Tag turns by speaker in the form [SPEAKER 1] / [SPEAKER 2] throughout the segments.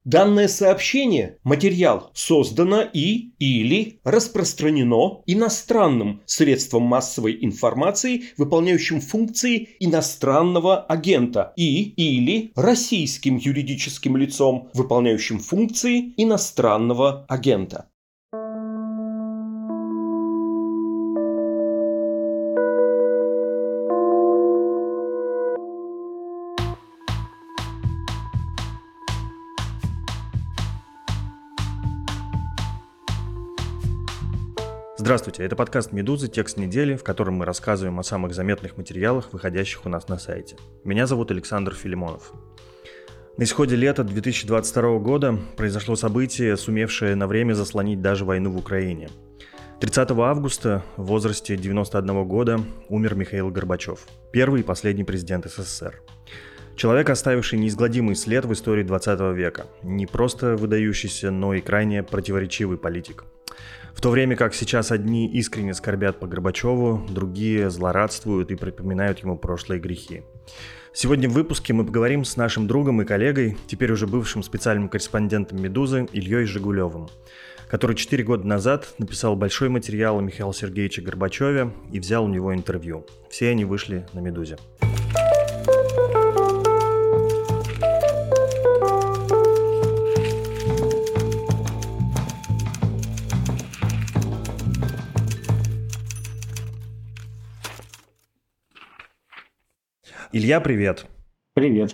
[SPEAKER 1] Данное сообщение, материал, создано или распространено иностранным средством массовой информации, выполняющим функции иностранного агента, или российским юридическим лицом, выполняющим функции иностранного агента.
[SPEAKER 2] Здравствуйте, это подкаст «Медузы. Текст недели», в котором мы рассказываем о самых заметных материалах, выходящих у нас на сайте. Меня зовут Александр Филимонов. На исходе лета 2022 года произошло событие, сумевшее на время заслонить даже войну в Украине. 30 августа в возрасте 91 года умер Михаил Горбачев, первый и последний президент СССР. Человек, оставивший неизгладимый след в истории 20 века. Не просто выдающийся, но и крайне противоречивый политик. В то время как сейчас одни искренне скорбят по Горбачеву, другие злорадствуют и припоминают ему прошлые грехи. Сегодня в выпуске мы поговорим с нашим другом и коллегой, теперь уже бывшим специальным корреспондентом «Медузы» Ильей Жигулевым, который 4 года назад написал большой материал о Михаиле Сергеевиче Горбачеве и взял у него интервью. Все они вышли на «Медузе». Илья, привет.
[SPEAKER 3] Привет.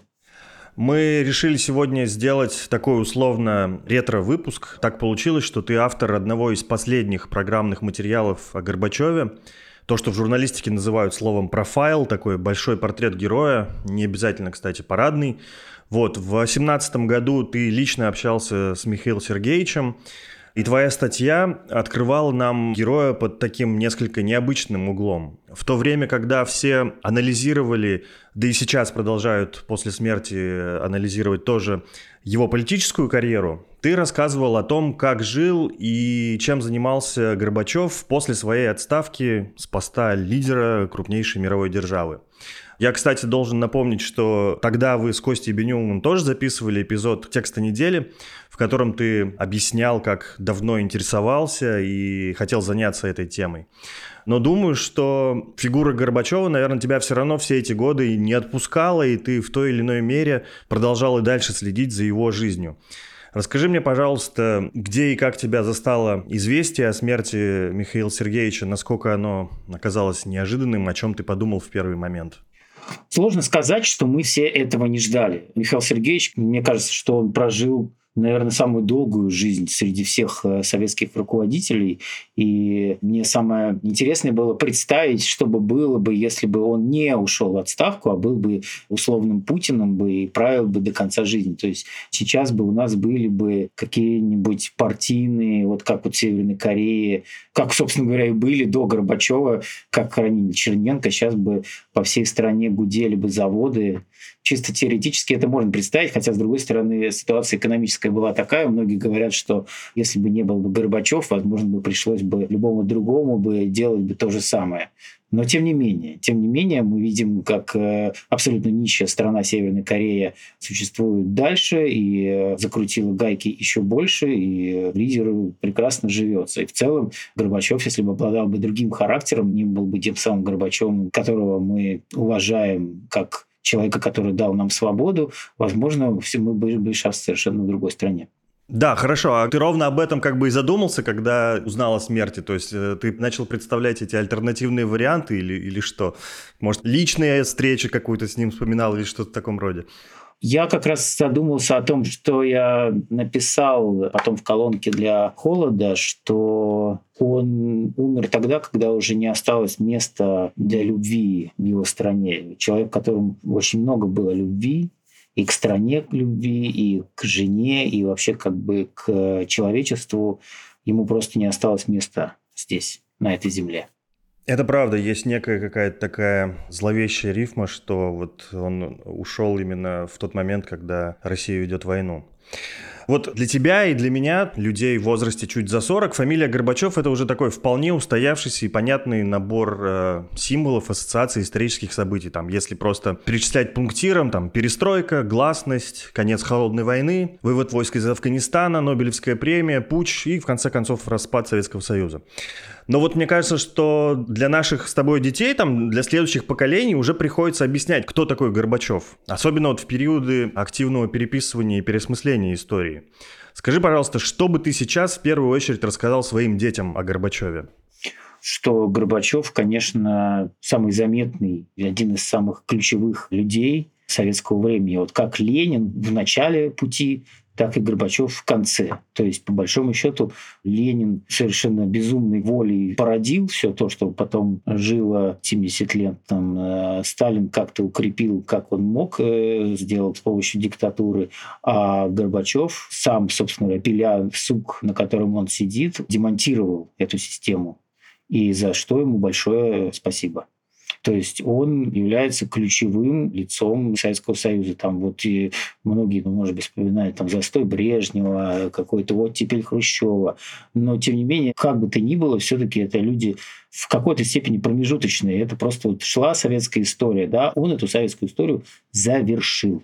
[SPEAKER 2] Мы решили сегодня сделать такой условно ретро-выпуск. Так получилось, что ты автор одного из последних программных материалов о Горбачеве. То, что в журналистике называют словом «профайл», такой большой портрет героя, не обязательно, кстати, парадный. В 2018 году ты лично общался с Михаилом Сергеевичем, и твоя статья открывала нам героя под таким несколько необычным углом. В то время, когда все анализировали, да и сейчас продолжают после смерти анализировать тоже его политическую карьеру, ты рассказывал о том, как жил и чем занимался Горбачев после своей отставки с поста лидера крупнейшей мировой державы. Я, кстати, должен напомнить, что тогда вы с Костей Бенюмовым тоже записывали эпизод «Текста недели», в котором ты объяснял, как давно интересовался и хотел заняться этой темой. Но думаю, что фигура Горбачева, наверное, тебя все равно все эти годы не отпускала, и ты в той или иной мере продолжал и дальше следить за его жизнью. Расскажи мне, пожалуйста, где и как тебя застало известие о смерти Михаила Сергеевича, насколько оно оказалось неожиданным, о чем ты подумал в первый момент?
[SPEAKER 3] Сложно сказать, что мы все этого не ждали. Михаил Сергеевич, мне кажется, что он прожил, наверное, самую долгую жизнь среди всех советских руководителей. И мне самое интересное было представить, что бы было бы, если бы он не ушел в отставку, а был бы условным Путиным бы и правил бы до конца жизни. То есть сейчас бы у нас были бы какие-нибудь партийные, вот как в Северной Корее, как, собственно говоря, и были до Горбачева, как хоронили Черненко, сейчас бы по всей стране гудели бы заводы. Чисто теоретически это можно представить, хотя, с другой стороны, ситуация экономическая была такая. Многие говорят, что если бы не был бы Горбачев, возможно, бы пришлось бы любому другому бы делать бы то же самое. Но тем не менее, мы видим, как абсолютно нищая страна Северная Корея существует дальше и закрутила гайки еще больше, и лидеру прекрасно живется. И в целом Горбачев, если бы обладал бы другим характером, не был бы тем самым Горбачевым, которого мы уважаем как человека, который дал нам свободу, возможно, мы были бы сейчас в совершенно другой стране.
[SPEAKER 2] Да, хорошо. А ты ровно об этом как бы и задумался, когда узнал о смерти? То есть ты начал представлять эти альтернативные варианты или что? Может, личные встречи какую-то с ним вспоминал или что-то в таком роде?
[SPEAKER 3] Я как раз задумался о том, что я написал потом в колонке для «Холода», что он умер тогда, когда уже не осталось места для любви в его стране. Человек, в котором очень много было любви, и к стране любви, и к жене, и вообще как бы к человечеству. Ему просто не осталось места здесь, на этой земле.
[SPEAKER 2] Это правда, есть некая какая-то такая зловещая рифма, что вот он ушел именно в тот момент, когда Россия ведет войну. Вот для тебя и для меня, людей в возрасте чуть за 40, фамилия Горбачев — это уже такой вполне устоявшийся и понятный набор символов, ассоциаций, исторических событий. Там, если просто перечислять пунктиром, там, перестройка, гласность, конец холодной войны, вывод войск из Афганистана, Нобелевская премия, путч и, в конце концов, распад Советского Союза. Но вот мне кажется, что для наших с тобой детей, там, для следующих поколений уже приходится объяснять, кто такой Горбачев. Особенно вот в периоды активного переписывания и переосмысления истории. Скажи, пожалуйста, что бы ты сейчас в первую очередь рассказал своим детям о Горбачеве?
[SPEAKER 3] Что Горбачев, конечно, самый заметный и один из самых ключевых людей советского времени. Вот как Ленин в начале пути, так и Горбачев в конце. То есть, по большому счету, Ленин совершенно безумной волей породил все то, что потом жило 70 лет. Там, Сталин как-то укрепил, как он мог сделать с помощью диктатуры. А Горбачев сам, собственно говоря, пиля сук, на котором он сидит, демонтировал эту систему. И за что ему большое спасибо. То есть он является ключевым лицом Советского Союза. Там вот и многие, может быть, вспоминают там застой Брежнева, какой-то оттепель Хрущева. Но, тем не менее, как бы то ни было, все-таки это люди в какой-то степени промежуточные. Это просто вот шла советская история. Да? Он эту советскую историю завершил.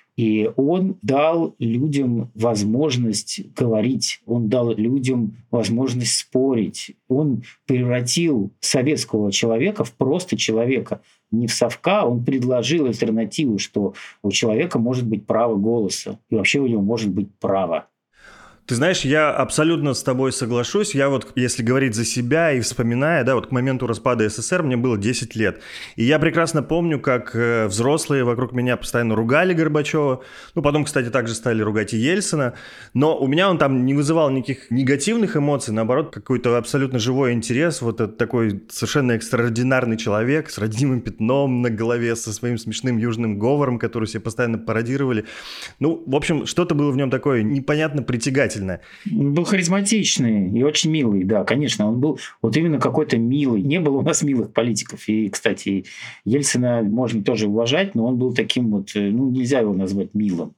[SPEAKER 3] И он дал людям возможность говорить, он дал людям возможность спорить. Он превратил советского человека в просто человека. Не в совка, он предложил альтернативу, что у человека может быть право голоса, и вообще у него может быть право.
[SPEAKER 2] Ты знаешь, я абсолютно с тобой соглашусь. Я вот, если говорить за себя и вспоминая, да, вот к моменту распада СССР мне было 10 лет. И я прекрасно помню, как взрослые вокруг меня постоянно ругали Горбачева. Ну, потом, кстати, также стали ругать и Ельцина. Но у меня он там не вызывал никаких негативных эмоций. Наоборот, какой-то абсолютно живой интерес. Вот это такой совершенно экстраординарный человек с родимым пятном на голове, со своим смешным южным говором, который все постоянно пародировали. Ну, в общем, что-то было в нем такое непонятно притягательное.
[SPEAKER 3] Он был харизматичный и очень милый, да, конечно. Он был вот именно какой-то милый. Не было у нас милых политиков. И, кстати, Ельцина можно тоже уважать, но он был таким вот, ну, нельзя его назвать милым.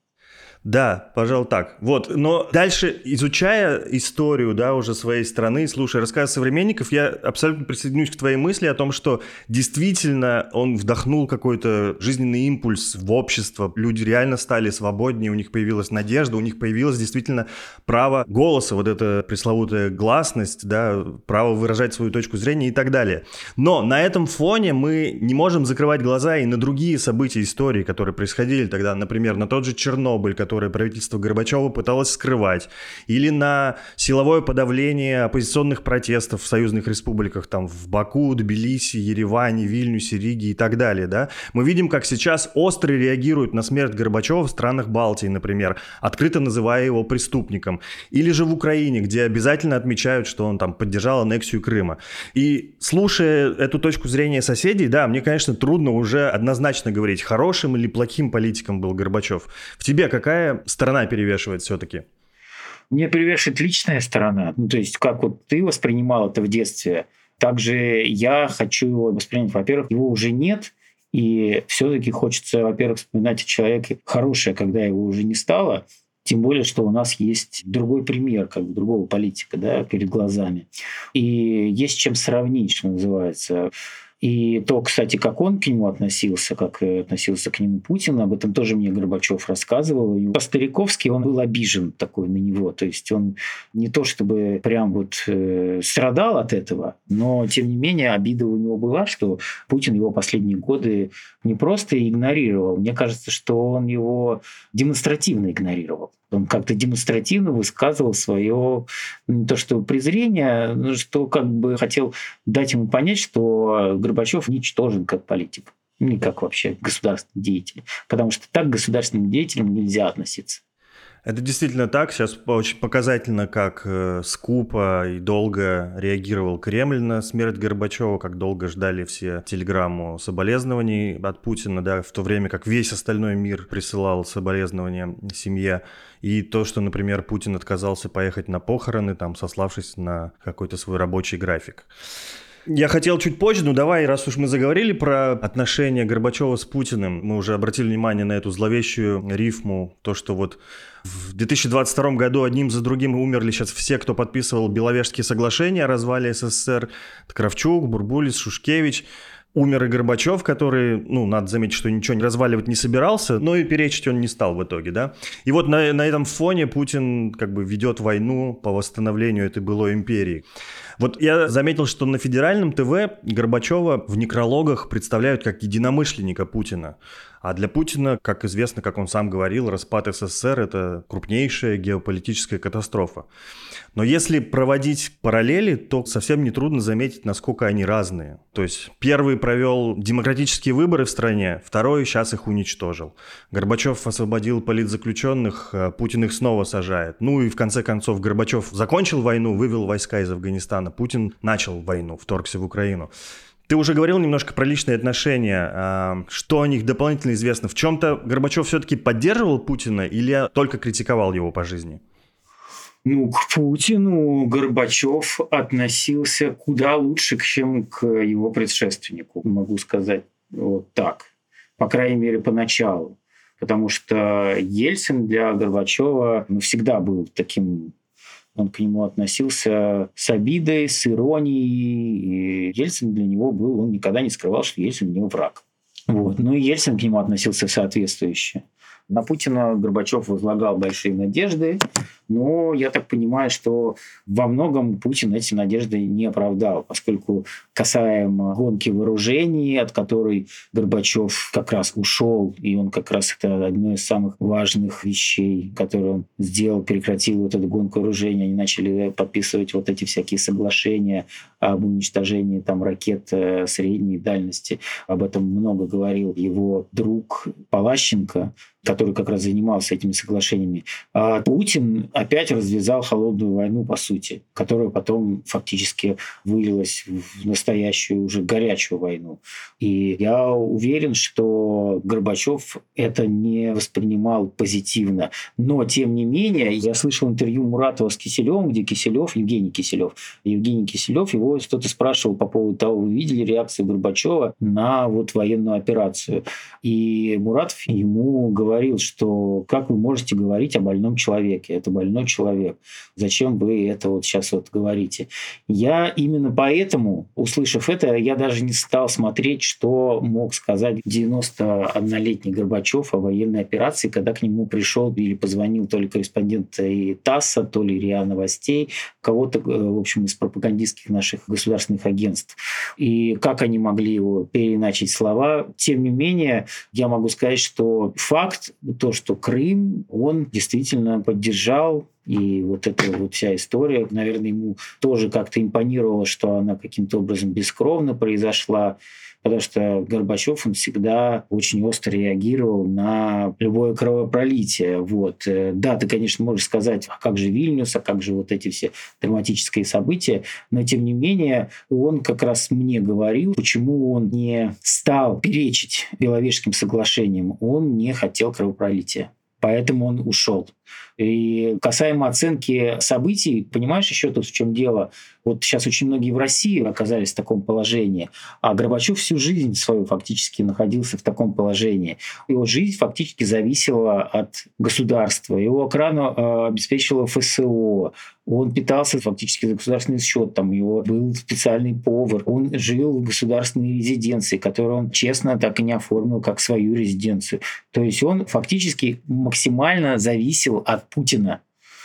[SPEAKER 2] Да, пожалуй, так. Вот, но дальше, изучая историю, да, уже своей страны, слушая рассказы современников, я абсолютно присоединюсь к твоей мысли о том, что действительно он вдохнул какой-то жизненный импульс в общество. Люди реально стали свободнее, у них появилась надежда, у них появилось действительно право голоса, вот эта пресловутая гласность, да, право выражать свою точку зрения и так далее. Но на этом фоне мы не можем закрывать глаза и на другие события истории, которые происходили тогда, например, на тот же Чернобыль, который правительство Горбачева пыталось скрывать, или на силовое подавление оппозиционных протестов в союзных республиках, там, в Баку, Тбилиси, Ереване, Вильнюсе, Риге и так далее, да. Мы видим, как сейчас остро реагируют на смерть Горбачева в странах Балтии, например, открыто называя его преступником, или же в Украине, где обязательно отмечают, что он там поддержал аннексию Крыма. И слушая эту точку зрения соседей, да, мне, конечно, трудно уже однозначно говорить, хорошим или плохим политиком был Горбачев. В тебе какая сторона перевешивает все-таки?
[SPEAKER 3] Мне перевешивает личная сторона. Ну, то есть, как вот ты воспринимал это в детстве, так же я хочу его воспринять. Во-первых, его уже нет, и все-таки хочется, во-первых, вспоминать о человеке хорошее, когда его уже не стало. Тем более, что у нас есть другой пример, как бы другого политика, да, перед глазами. И есть чем сравнить, что называется. И то, кстати, как он к нему относился, как относился к нему Путин, об этом тоже мне Горбачев рассказывал. По-стариковски он был обижен такой на него. То есть он не то чтобы прям вот страдал от этого, но, тем не менее, обида у него была, что Путин его последние годы не просто игнорировал. Мне кажется, что он его демонстративно игнорировал. Он как-то демонстративно высказывал свое не то что презрение, но что как бы хотел дать ему понять, что Горбачев ничтожен как политик, не как вообще государственный деятель. Потому что так к государственным деятелям нельзя относиться.
[SPEAKER 2] Это действительно так. Сейчас очень показательно, как скупо и долго реагировал Кремль на смерть Горбачева, как долго ждали все телеграмму соболезнований от Путина, да, в то время как весь остальной мир присылал соболезнования семье. И то, что, например, Путин отказался поехать на похороны, там, сославшись на какой-то свой рабочий график. Я хотел чуть позже, но давай, раз уж мы заговорили про отношения Горбачева с Путиным, мы уже обратили внимание на эту зловещую рифму, то, что вот в 2022 году одним за другим умерли сейчас все, кто подписывал Беловежские соглашения о развале СССР. Кравчук, Бурбулис, Шушкевич. Умер и Горбачев, который, надо заметить, что ничего разваливать не собирался, но и перечить он не стал в итоге, да. И вот на этом фоне Путин как бы ведет войну по восстановлению этой былой империи. Вот я заметил, что на федеральном ТВ Горбачева в некрологах представляют как единомышленника Путина. А для Путина, как известно, как он сам говорил, распад СССР – это крупнейшая геополитическая катастрофа. Но если проводить параллели, то совсем нетрудно заметить, насколько они разные. То есть первый провел демократические выборы в стране, второй сейчас их уничтожил. Горбачев освободил политзаключенных, Путин их снова сажает. И в конце концов Горбачев закончил войну, вывел войска из Афганистана. Путин начал войну, вторгся в Украину. Ты уже говорил немножко про личные отношения. Что о них дополнительно известно? В чем-то Горбачев все-таки поддерживал Путина или только критиковал его по жизни?
[SPEAKER 3] К Путину Горбачев относился куда лучше, чем к его предшественнику, могу сказать вот так. По крайней мере, поначалу. Потому что Ельцин для Горбачева всегда был таким... Он к нему относился с обидой, с иронией. И Ельцин для него был... Он никогда не скрывал, что Ельцин для него враг. И Ельцин к нему относился соответствующе. На Путина Горбачев возлагал большие надежды, но я так понимаю, что во многом Путин эти надежды не оправдал, поскольку касаемо гонки вооружений, от которой Горбачев как раз ушел, и он как раз это одно из самых важных вещей, которые он сделал, прекратил вот эту гонку вооружений, они начали подписывать вот эти всякие соглашения об уничтожении ракет средней дальности. Об этом много говорил его друг Палащенко, который как раз занимался этими соглашениями. А Путин опять развязал холодную войну, по сути, которая потом фактически вылилась в настоящую уже горячую войну. И я уверен, что Горбачев это не воспринимал позитивно. Но, тем не менее, я слышал интервью Муратова с Киселевым, где Евгений Киселев, его кто-то спрашивал по поводу того, вы видели реакцию Горбачева на военную операцию. И Муратов ему говорил, что как вы можете говорить о больном человеке? Это больной человек. Зачем вы это сейчас говорите? Я именно поэтому, услышав это, я даже не стал смотреть, что мог сказать 91-летний Горбачев о военной операции, когда к нему пришел или позвонил то ли корреспондент и ТАССа, то ли РИА Новостей, кого-то, в общем, из пропагандистских наших государственных агентств. И как они могли его переиначить слова? Тем не менее, я могу сказать, что факт, то, что Крым, он действительно поддержал, и вот эта вся история, наверное, ему тоже как-то импонировало, что она каким-то образом бескровно произошла, потому что Горбачев, он всегда очень остро реагировал на любое кровопролитие. Да, ты, конечно, можешь сказать, а как же Вильнюс, а как же эти все драматические события, но, тем не менее, он как раз мне говорил, почему он не стал перечить Беловежским соглашениям, он не хотел кровопролития. Поэтому он ушел. И касаемо оценки событий, понимаешь, еще тут в чем дело? Сейчас очень многие в России оказались в таком положении, а Горбачев всю жизнь свою фактически находился в таком положении. Его жизнь фактически зависела от государства. Его охрану обеспечивало ФСО. Он питался фактически за государственный счет. У него был специальный повар. Он жил в государственной резиденции, которую он честно так и не оформил как свою резиденцию. То есть он фактически максимально зависел от Путина.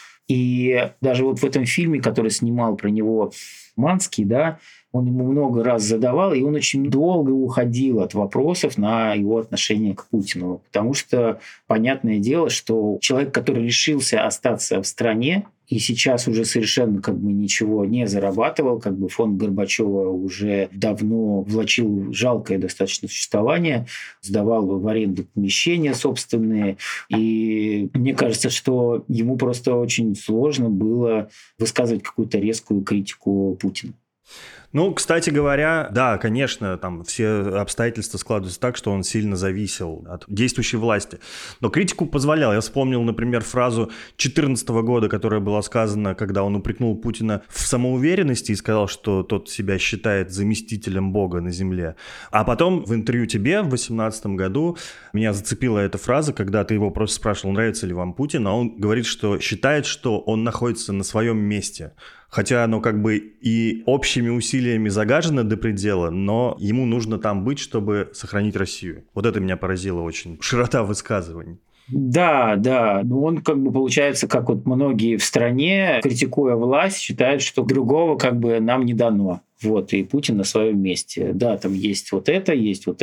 [SPEAKER 3] И даже в этом фильме, который снимал про него Манский, он ему много раз задавал, и он очень долго уходил от вопросов на его отношение к Путину. Потому что, понятное дело, что человек, который решился остаться в стране, и сейчас уже совершенно ничего не зарабатывал, фонд Горбачева уже давно влачил жалкое достаточно существование, сдавал в аренду помещения собственные. И мне кажется, что ему просто очень сложно было высказывать какую-то резкую критику Путина.
[SPEAKER 2] Ну, кстати говоря, да, конечно, там все обстоятельства складываются так, что он сильно зависел от действующей власти. Но критику позволял. Я вспомнил, например, фразу 2014 года, которая была сказана, когда он упрекнул Путина в самоуверенности и сказал, что тот себя считает заместителем Бога на земле. А потом в интервью тебе в 2018 году меня зацепила эта фраза, когда ты его просто спрашивал, нравится ли вам Путин, а он говорит, что считает, что он находится на своем месте. Хотя оно как бы и общими усилиями загажено до предела, но ему нужно там быть, чтобы сохранить Россию. Вот это меня поразило очень. Широта высказываний.
[SPEAKER 3] Да, да. Но он как бы получается, как вот многие в стране, критикуя власть, считают, что другого как бы нам не дано. Вот, и Путин на своем месте. Да, там есть вот это,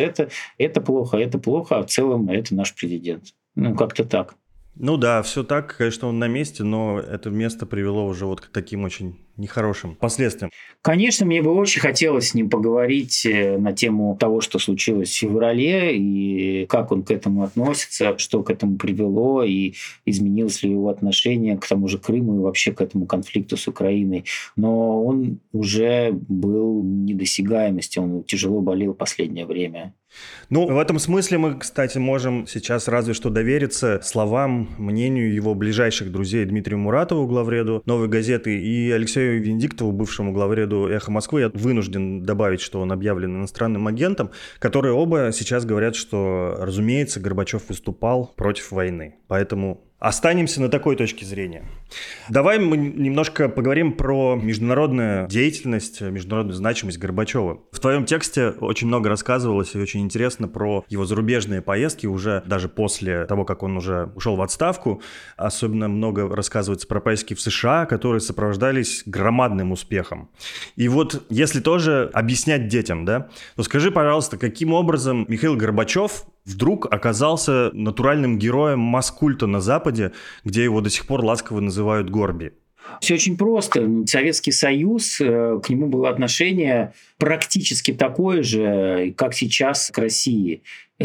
[SPEAKER 3] это плохо, а в целом это наш президент. Ну, как-то так.
[SPEAKER 2] Ну да, все так, конечно, он на месте, но это место привело уже вот к таким очень нехорошим последствиям.
[SPEAKER 3] Конечно, мне бы очень хотелось с ним поговорить на тему того, что случилось в феврале, и как он к этому относится, что к этому привело, и изменилось ли его отношение к тому же Крыму и вообще к этому конфликту с Украиной. Но он уже был недосягаемости, он тяжело болел в последнее время.
[SPEAKER 2] Ну, в этом смысле мы, кстати, можем сейчас разве что довериться словам, мнению его ближайших друзей Дмитрию Муратову, главреду «Новой газеты», и Алексею Венедиктову, бывшему главреду «Эхо Москвы». Я вынужден добавить, что он объявлен иностранным агентом, которые оба сейчас говорят, что, разумеется, Горбачев выступал против войны. Поэтому останемся на такой точке зрения. Давай мы немножко поговорим про международную деятельность, международную значимость Горбачева. В твоем тексте очень много рассказывалось и очень интересно про его зарубежные поездки, уже даже после того, как он уже ушел в отставку. Особенно много рассказывается про поездки в США, которые сопровождались громадным успехом. И вот если тоже объяснять детям, да, то скажи, пожалуйста, каким образом Михаил Горбачев вдруг оказался натуральным героем масс-культа на Западе, где его до сих пор ласково называют Горби?
[SPEAKER 3] Все очень просто. Советский Союз, к нему было отношение практически такое же, как сейчас к России.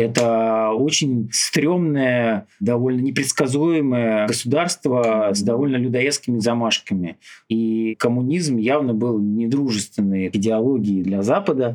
[SPEAKER 3] Это очень стрёмное, довольно непредсказуемое государство с довольно людоедскими замашками. И коммунизм явно был недружественной идеологией для Запада.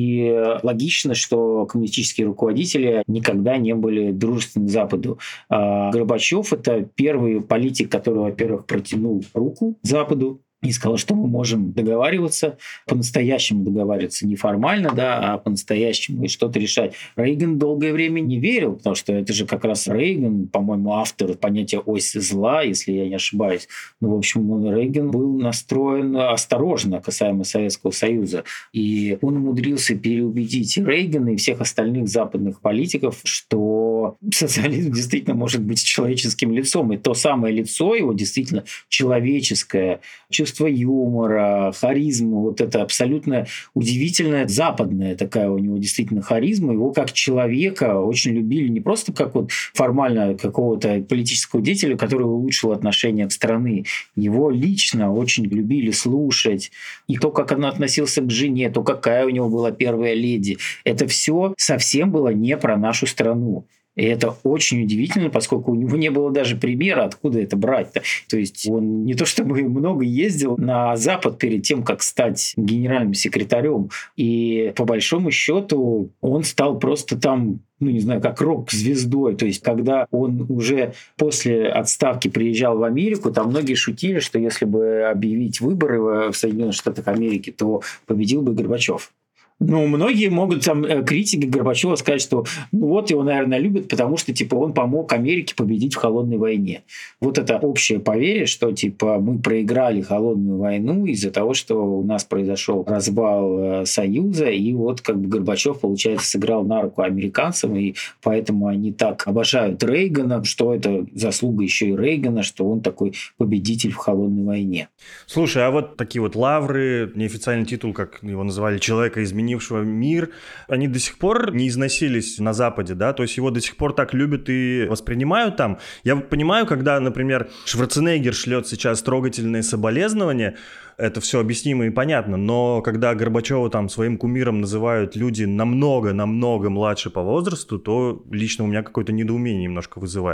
[SPEAKER 3] И логично, что коммунистические руководители никогда не были дружественны Западу. А Горбачев – это первый политик, который, во-первых, протянул руку Западу и сказал, что мы можем договариваться, по-настоящему договариваться, не формально, да, а по-настоящему и что-то решать. Рейган долгое время не верил, потому что это же как раз Рейган, по-моему, автор понятия «ось зла», если я не ошибаюсь. Ну, в общем, Рейган был настроен осторожно касаемо Советского Союза. И он умудрился переубедить Рейгана и всех остальных западных политиков, что социализм действительно может быть человеческим лицом. И то самое лицо его действительно человеческое, чувство юмора, харизма, вот это абсолютно удивительная западная такая у него действительно харизма. Его как человека очень любили не просто как вот формально какого-то политического деятеля, который улучшил отношения страны. Его лично очень любили слушать. И то, как он относился к жене, то, какая у него была первая леди. Это все совсем было не про нашу страну. И это очень удивительно, поскольку у него не было даже примера, откуда это брать-то. То есть он не то чтобы много ездил на Запад перед тем, как стать генеральным секретарем. И по большому счету он стал просто там, ну не знаю, как рок-звездой. То есть когда он уже после отставки приезжал в Америку, там многие шутили, что если бы объявить выборы в Соединенных Штатах Америки, то победил бы Горбачев. Ну, многие могут там критики Горбачева сказать, что ну вот его, наверное, любят, потому что типа он помог Америке победить в холодной войне. Вот это общее поверье, что типа мы проиграли холодную войну из-за того, что у нас произошел развал Союза, и вот как бы Горбачев, получается, сыграл на руку американцам, и поэтому они так обожают Рейгана, что это заслуга еще и Рейгана, что он такой победитель в холодной войне.
[SPEAKER 2] Слушай, а вот такие вот лавры, неофициальный титул, как его называли, человека, изменившего мир, они до сих пор не износились на Западе, да, то есть его до сих пор так любят и воспринимают там. Я понимаю, когда, например, Шварценеггер шлет сейчас трогательные соболезнования, это все объяснимо и понятно, но когда Горбачева там своим кумиром называют люди намного младше по возрасту, то лично у меня какое-то недоумение немножко вызывает.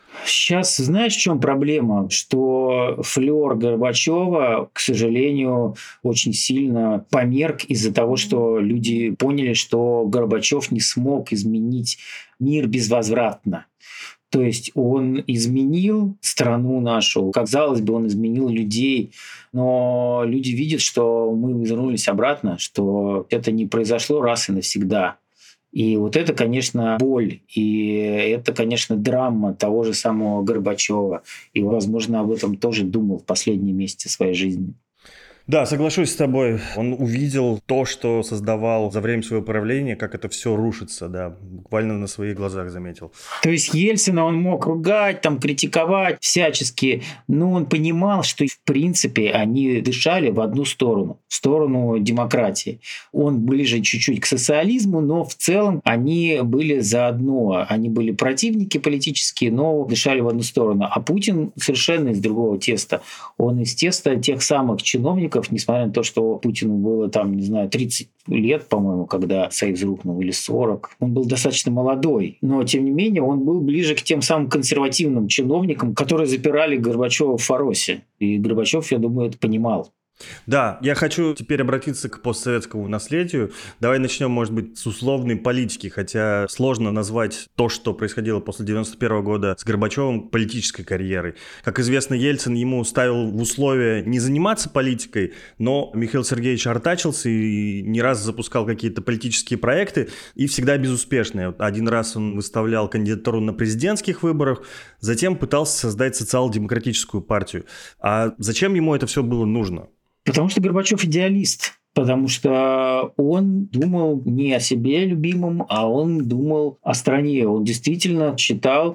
[SPEAKER 3] Сейчас знаешь, в чем проблема? Что флёр Горбачева, к сожалению, очень сильно померк из-за того, что люди поняли, что Горбачев не смог изменить мир безвозвратно. То есть он изменил страну нашу, казалось бы, он изменил людей, но люди видят, что мы вернулись обратно, что это не произошло раз и навсегда. И вот это, конечно, боль, и это, конечно, драма того же самого Горбачева. И, возможно, об этом тоже думал в последние месяцы своей жизни.
[SPEAKER 2] Да, соглашусь с тобой. Он увидел то, что создавал за время своего правления, как это все рушится, да, буквально на своих глазах заметил.
[SPEAKER 3] То есть Ельцина он мог ругать, там, критиковать всячески, но он понимал, что, в принципе, они дышали в одну сторону, в сторону демократии. Он ближе чуть-чуть к социализму, но в целом они были заодно. Они были противники политические, но дышали в одну сторону. А Путин совершенно из другого теста. Он из теста тех самых чиновников, несмотря на то, что Путину было там, не знаю, 30 лет, по-моему, когда Союз рухнул, или 40. Он был достаточно молодой, но, тем не менее, он был ближе к тем самым консервативным чиновникам, которые запирали Горбачева в Фаросе. И Горбачев, я думаю, это понимал.
[SPEAKER 2] Да, я хочу теперь обратиться к постсоветскому наследию. Давай начнем, может быть, с условной политики, хотя сложно назвать то, что происходило после 1991 года с Горбачевым, политической карьерой. Как известно, Ельцин ему ставил в условия не заниматься политикой, но Михаил Сергеевич артачился и не раз запускал какие-то политические проекты, и всегда безуспешные. Один раз он выставлял кандидатуру на президентских выборах, затем пытался создать социал-демократическую партию. А зачем ему это все было нужно?
[SPEAKER 3] Потому что Горбачев идеалист. Потому что он думал не о себе любимом, а он думал о стране. Он действительно считал,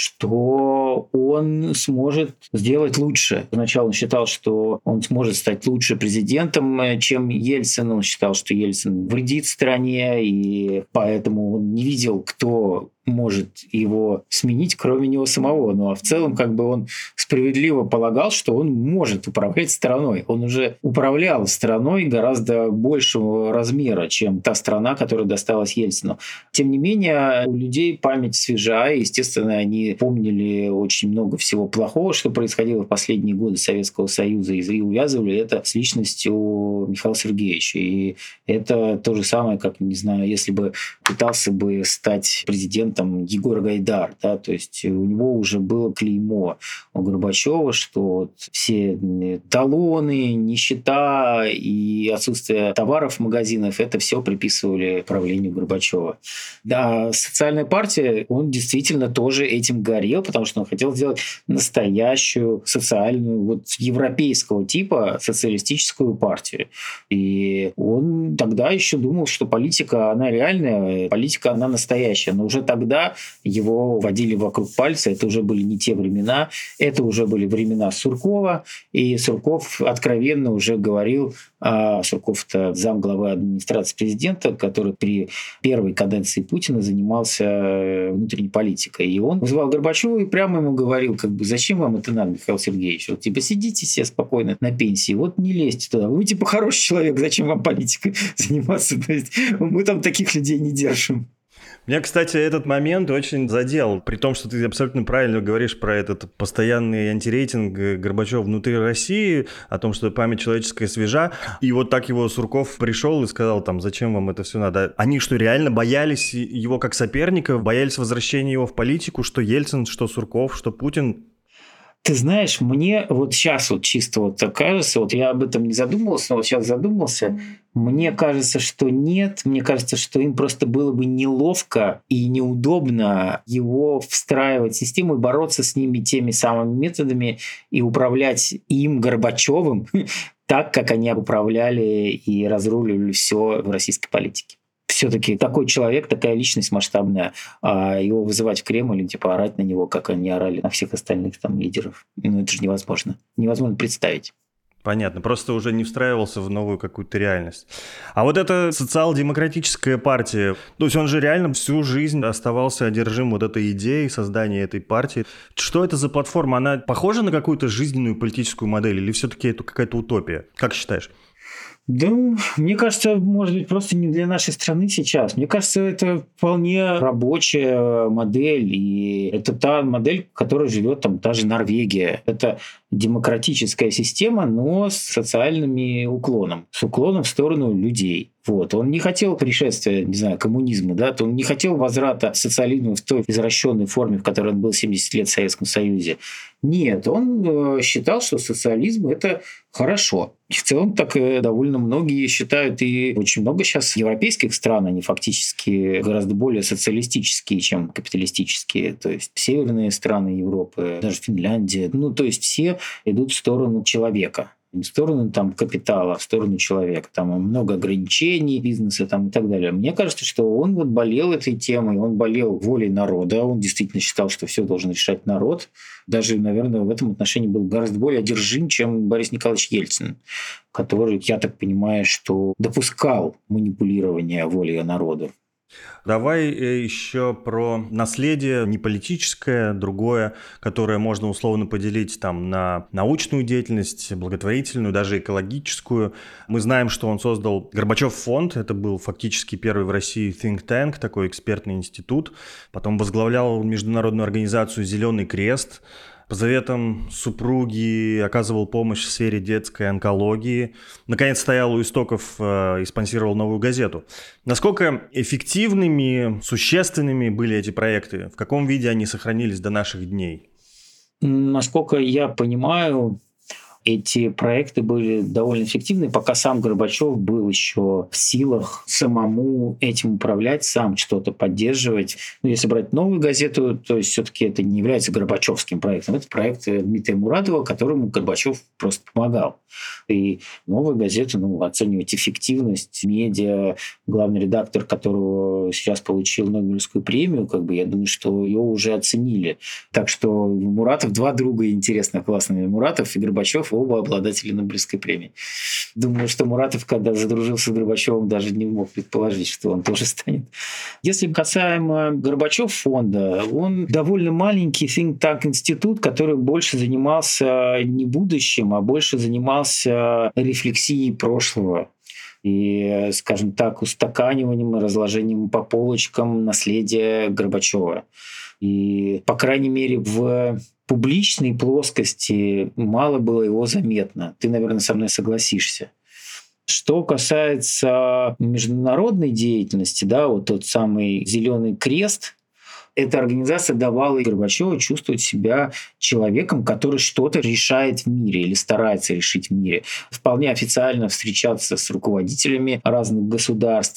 [SPEAKER 3] что он сможет сделать лучше. Сначала он считал, что он сможет стать лучше президентом, чем Ельцин. Он считал, что Ельцин вредит стране, и поэтому он не видел, кто может его сменить, кроме него самого. Ну а в целом как бы он справедливо полагал, что он может управлять страной. Он уже управлял страной гораздо большего размера, чем та страна, которая досталась Ельцину. Тем не менее, у людей память свежая, естественно, они помнили очень много всего плохого, что происходило в последние годы Советского Союза, и увязывали это с личностью Михаила Сергеевича. И это то же самое, как, не знаю, если бы пытался бы стать президентом Егор Гайдар, да, то есть у него уже было клеймо у Горбачева, что все талоны, нищета и отсутствие товаров в магазинах, это все приписывали правлению Горбачева. Да, социальная партия, он действительно тоже этим горел, потому что он хотел сделать настоящую социальную, вот европейского типа социалистическую партию. И он тогда еще думал, что политика, она реальная, политика, она настоящая. Но уже тогда его водили вокруг пальца. Это уже были не те времена. Это уже были времена Суркова. И Сурков откровенно уже говорил, Сурков-то замглавы администрации президента, который при первой каденции Путина занимался внутренней политикой. И он вызывал Горбачева и прямо ему говорил, как бы, зачем вам это надо, Михаил Сергеевич? Вот, типа, сидите все спокойно на пенсии, вот не лезьте туда. Вы типа хороший человек, зачем вам политикой заниматься? То есть мы там таких людей не держим.
[SPEAKER 2] Меня, кстати, этот момент очень задел, при том, что ты абсолютно правильно говоришь про этот постоянный антирейтинг Горбачева внутри России, о том, что память человеческая свежа, и вот так его Сурков пришел и сказал, там, зачем вам это все надо. Они что, реально боялись его как соперника, боялись возвращения его в политику, что Ельцин, что Сурков, что Путин?
[SPEAKER 3] Ты знаешь, мне вот сейчас вот чисто вот кажется, вот я об этом не задумывался, но вот сейчас задумался, мне кажется, что нет, мне кажется, что им просто было бы неловко и неудобно его встраивать в систему и бороться с ними теми самыми методами и управлять им, Горбачевым, так, как они управляли и разруливали все в российской политике. Все-таки такой человек, такая личность масштабная, а его вызывать в Кремль и типа орать на него, как они орали на всех остальных там лидеров, ну это же невозможно. Невозможно представить.
[SPEAKER 2] Понятно, просто уже не встраивался в новую какую-то реальность. А вот эта социал-демократическая партия, то есть он же реально всю жизнь оставался одержим вот этой идеей создания этой партии. Что это за платформа? Она похожа на какую-то жизненную политическую модель или все-таки это какая-то утопия? Как считаешь?
[SPEAKER 3] Да, мне кажется, может быть, просто не для нашей страны сейчас. Мне кажется, это вполне рабочая модель, и это та модель, в которой живет там та же Норвегия. Это демократическая система, но с социальными уклоном, с уклоном в сторону людей. Вот. Он не хотел пришествия, не знаю, коммунизма, да, он не хотел возврата социализма в той извращенной форме, в которой он был 70 лет в Советском Союзе. Нет, он считал, что социализм – это хорошо. И в целом так довольно многие считают, и очень много сейчас европейских стран, они фактически гораздо более социалистические, чем капиталистические. То есть северные страны Европы, даже Финляндия, то есть все идут в сторону человека. Не в сторону там, капитала, а в сторону человека. Там много ограничений бизнеса там, и так далее. Мне кажется, что он вот болел этой темой, он болел волей народа, он действительно считал, что все должен решать народ. Даже, наверное, в этом отношении был гораздо более одержим, чем Борис Николаевич Ельцин, который, я так понимаю, что допускал манипулирование волей народа.
[SPEAKER 2] Давай еще про наследие не политическое, другое, которое можно условно поделить там на научную деятельность, благотворительную, даже экологическую. Мы знаем, что он создал Горбачев фонд, это был фактически первый в России think tank, такой экспертный институт. Потом возглавлял международную организацию «Зеленый крест». По заветам супруги оказывал помощь в сфере детской онкологии. Наконец, стоял у истоков и спонсировал «Новую газету». Насколько эффективными, существенными были эти проекты? В каком виде они сохранились до наших дней?
[SPEAKER 3] Насколько я понимаю, эти проекты были довольно эффективны, пока сам Горбачев был еще в силах самому этим управлять, сам что-то поддерживать. Если брать «Новую газету», то есть все-таки это не является горбачевским проектом. Это проект Дмитрия Муратова, которому Горбачев просто помогал. И «Новую газету» оценивать эффективность медиа, главный редактор, которого сейчас получил Нобелевскую премию, я думаю, что ее уже оценили. Так что Муратов, два друга интересных, классные, Муратов и Горбачев, оба обладатели Нобелевской премии. Думаю, что Муратов, когда задружился с Горбачевым, даже не мог предположить, что он тоже станет. Если касаемо Горбачев фонда, он довольно маленький think tank институт, который больше занимался не будущим, а больше занимался рефлексией прошлого. И, скажем так, устаканиванием и разложением по полочкам наследия Горбачева. И, по крайней мере, в публичной плоскости мало было его заметно. Ты, наверное, со мной согласишься. Что касается международной деятельности, вот тот самый «Зеленый крест», эта организация давала Горбачеву чувствовать себя человеком, который что-то решает в мире или старается решить в мире. Вполне официально встречаться с руководителями разных государств,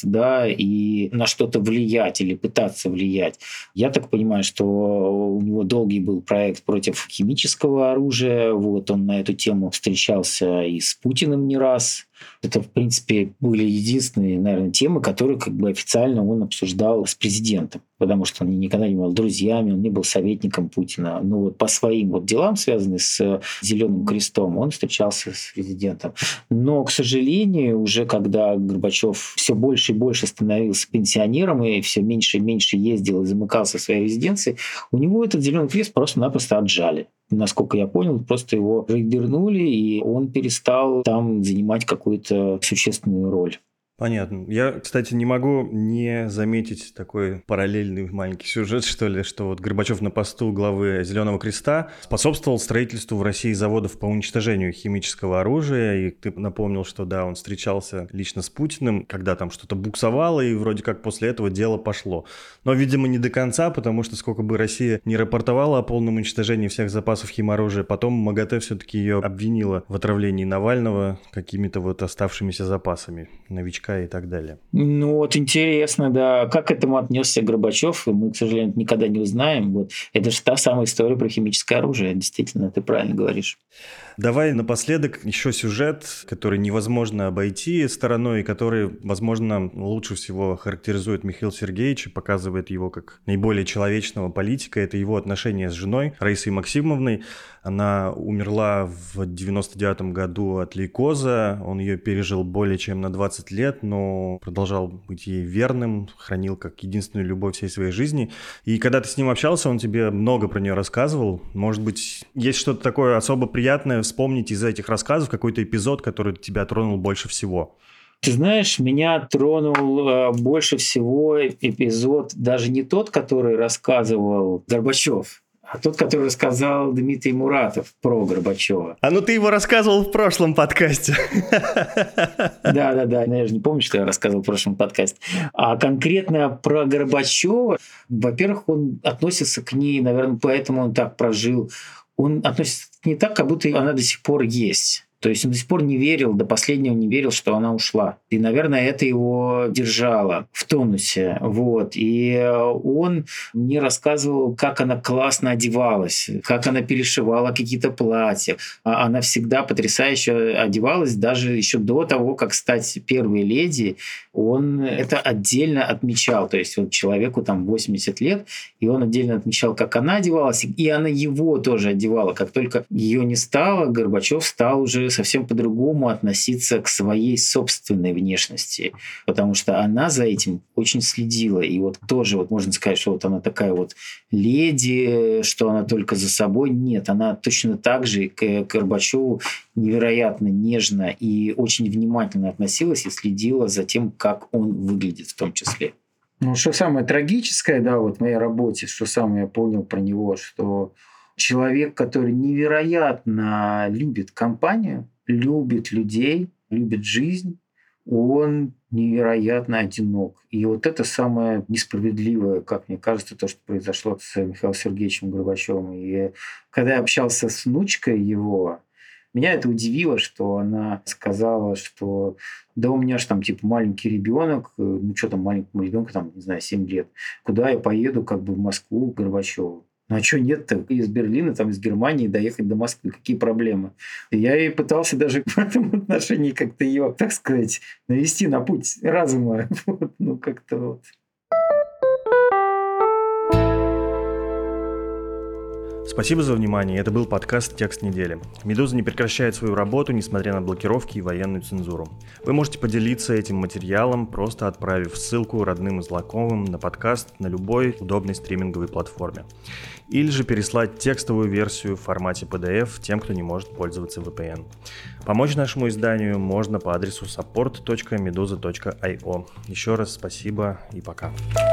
[SPEAKER 3] и на что-то влиять или пытаться влиять. Я так понимаю, что у него долгий был проект против химического оружия. Он на эту тему встречался и с Путиным не раз. Это, в принципе, были единственные, наверное, темы, которые официально он обсуждал с президентом, потому что он никогда не был друзьями, он не был советником Путина. Но по своим делам, связанным с «Зеленым крестом», он встречался с президентом. Но, к сожалению, уже когда Горбачев все больше и больше становился пенсионером и все меньше и меньше ездил и замыкался в своей резиденции, у него этот «Зеленый крест» просто-напросто отжали. Насколько я понял, просто его вернули, и он перестал там занимать какую-то существенную роль.
[SPEAKER 2] Понятно. Я, кстати, не могу не заметить такой параллельный маленький сюжет, что Горбачев на посту главы «Зеленого креста» способствовал строительству в России заводов по уничтожению химического оружия, и ты напомнил, что он встречался лично с Путиным, когда там что-то буксовало, и вроде как после этого дело пошло. Но, видимо, не до конца, потому что сколько бы Россия не рапортовала о полном уничтожении всех запасов химоружия, потом МАГАТЭ все-таки ее обвинила в отравлении Навального какими-то оставшимися запасами новичка и так далее.
[SPEAKER 3] Интересно, как к этому отнесся Горбачев, мы, к сожалению, никогда не узнаем. Это же та самая история про химическое оружие, действительно, ты правильно говоришь.
[SPEAKER 2] Давай напоследок еще сюжет, который невозможно обойти стороной, и который, возможно, лучше всего характеризует Михаил Сергеевич и показывает его как наиболее человечного политика. Это его отношения с женой Раисой Максимовной. Она умерла в 99 году от лейкоза, он ее пережил более чем на 20 лет. лет, но продолжал быть ей верным, хранил как единственную любовь всей своей жизни. И когда ты с ним общался, он тебе много про нее рассказывал. Может быть, есть что-то такое особо приятное вспомнить из этих рассказов, какой-то эпизод, который тебя тронул больше всего?
[SPEAKER 3] Ты знаешь, меня тронул больше всего эпизод, даже не тот, который рассказывал Горбачев, а тот, который рассказал Дмитрий Муратов про Горбачева.
[SPEAKER 2] А ну ты его рассказывал в прошлом подкасте.
[SPEAKER 3] Да, я же не помню, что я рассказывал в прошлом подкасте. А конкретно про Горбачева, во-первых, он относится к ней, наверное, поэтому он так прожил. Он относится к ней так, как будто она до сих пор есть. То есть он до сих пор не верил, до последнего не верил, что она ушла. И, наверное, это его держало в тонусе. Вот. И он мне рассказывал, как она классно одевалась, как она перешивала какие-то платья. Она всегда потрясающе одевалась, даже еще до того, как стать первой леди. Он это отдельно отмечал. То есть вот человеку там 80 лет, и он отдельно отмечал, как она одевалась, и она его тоже одевала. Как только ее не стало, Горбачев стал уже совсем по-другому относиться к своей собственной внешности, потому что она за этим очень следила. И вот тоже вот можно сказать, что вот она такая вот леди, что она только за собой. Нет, она точно так же к Горбачеву невероятно нежно и очень внимательно относилась и следила за тем, как он выглядит в том числе.
[SPEAKER 4] Ну, что самое трагическое, да, вот в моей работе, что самое я понял про него, что человек, который невероятно любит компанию, любит людей, любит жизнь, он невероятно одинок. И вот это самое несправедливое, как мне кажется, то, что произошло с Михаилом Сергеевичем Горбачевым. И когда я общался с внучкой его, меня это удивило, что она сказала, что да у меня же там типа маленький ребенок, ну что там маленькому ребенку, там, не знаю, 7 лет, куда я поеду как бы в Москву к Горбачеву. Ну а что нет-то? Из Берлина, там, из Германии доехать до Москвы. Какие проблемы? И я и пытался даже в этом отношении как-то ее, так сказать, навести на путь разума. Вот, ну как-то вот.
[SPEAKER 2] Спасибо за внимание. Это был подкаст «Текст недели». «Медуза» не прекращает свою работу, несмотря на блокировки и военную цензуру. Вы можете поделиться этим материалом, просто отправив ссылку родным и знакомым на подкаст на любой удобной стриминговой платформе. Или же переслать текстовую версию в формате PDF тем, кто не может пользоваться VPN. Помочь нашему изданию можно по адресу support.meduza.io. Еще раз спасибо и пока.